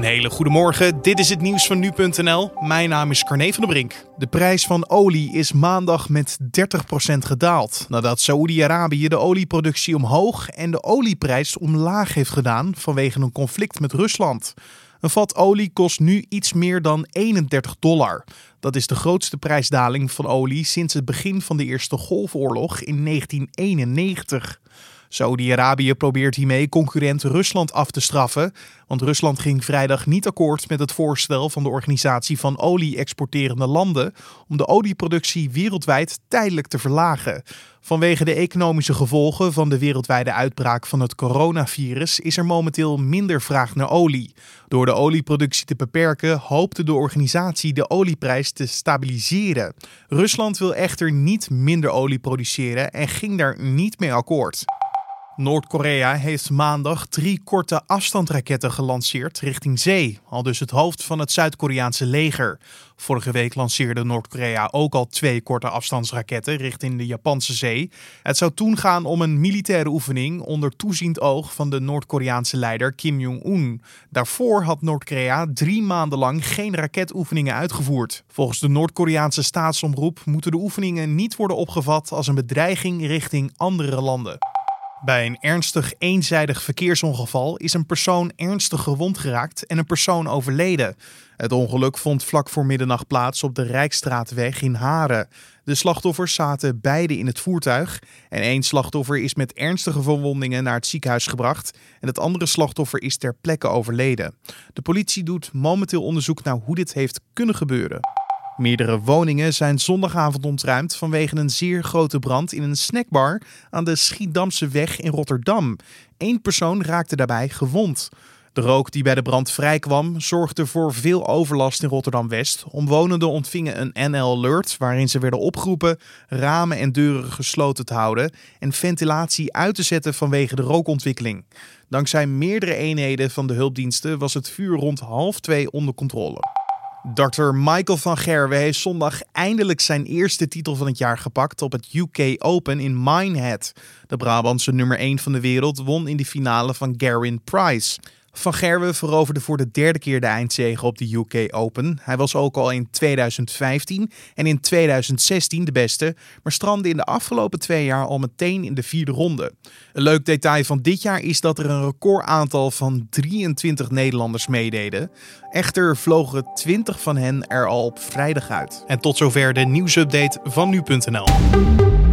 hele goede morgen, dit is het nieuws van nu.nl. Mijn naam is Carne van der Brink. De prijs van olie is maandag met 30% gedaald, nadat Saoedi-Arabië de olieproductie omhoog en de olieprijs omlaag heeft gedaan vanwege een conflict met Rusland. Een vat olie kost nu iets meer dan $31. Dat is de grootste prijsdaling van olie sinds het begin van de Eerste Golfoorlog in 1991. Saoedi-Arabië probeert hiermee concurrent Rusland af te straffen, want Rusland ging vrijdag niet akkoord met het voorstel van de Organisatie van Olie-exporterende Landen om de olieproductie wereldwijd tijdelijk te verlagen. Vanwege de economische gevolgen van de wereldwijde uitbraak van het coronavirus is er momenteel minder vraag naar olie. Door de olieproductie te beperken hoopte de organisatie de olieprijs te stabiliseren. Rusland wil echter niet minder olie produceren en ging daar niet mee akkoord. Noord-Korea heeft maandag 3 korte afstandsraketten gelanceerd richting zee, aldus het hoofd van het Zuid-Koreaanse leger. Vorige week lanceerde Noord-Korea ook al 2 korte afstandsraketten richting de Japanse zee. Het zou toen gaan om een militaire oefening onder toeziend oog van de Noord-Koreaanse leider Kim Jong-un. Daarvoor had Noord-Korea 3 maanden lang geen raketoefeningen uitgevoerd. Volgens de Noord-Koreaanse staatsomroep moeten de oefeningen niet worden opgevat als een bedreiging richting andere landen. Bij een ernstig eenzijdig verkeersongeval is een persoon ernstig gewond geraakt en een persoon overleden. Het ongeluk vond vlak voor middernacht plaats op de Rijksstraatweg in Haren. De slachtoffers zaten beide in het voertuig en 1 slachtoffer is met ernstige verwondingen naar het ziekenhuis gebracht en het andere slachtoffer is ter plekke overleden. De politie doet momenteel onderzoek naar hoe dit heeft kunnen gebeuren. Meerdere woningen zijn zondagavond ontruimd vanwege een zeer grote brand in een snackbar aan de Schiedamseweg in Rotterdam. 1 persoon raakte daarbij gewond. De rook die bij de brand vrijkwam zorgde voor veel overlast in Rotterdam-West. Omwonenden ontvingen een NL-alert waarin ze werden opgeroepen ramen en deuren gesloten te houden en ventilatie uit te zetten vanwege de rookontwikkeling. Dankzij meerdere eenheden van de hulpdiensten was het vuur rond 1:30 onder controle. Darter Michael van Gerwen heeft zondag eindelijk zijn eerste titel van het jaar gepakt op het UK Open in Minehead. De Brabantse nummer 1 van de wereld won in de finale van Gerwyn Price. Van Gerwen veroverde voor de 3e keer de eindzege op de UK Open. Hij was ook al in 2015 en in 2016 de beste, maar strandde in de afgelopen 2 jaar al meteen in de 4e ronde. Een leuk detail van dit jaar is dat er een recordaantal van 23 Nederlanders meededen. Echter vlogen 20 van hen er al op vrijdag uit. En tot zover de nieuwsupdate van nu.nl.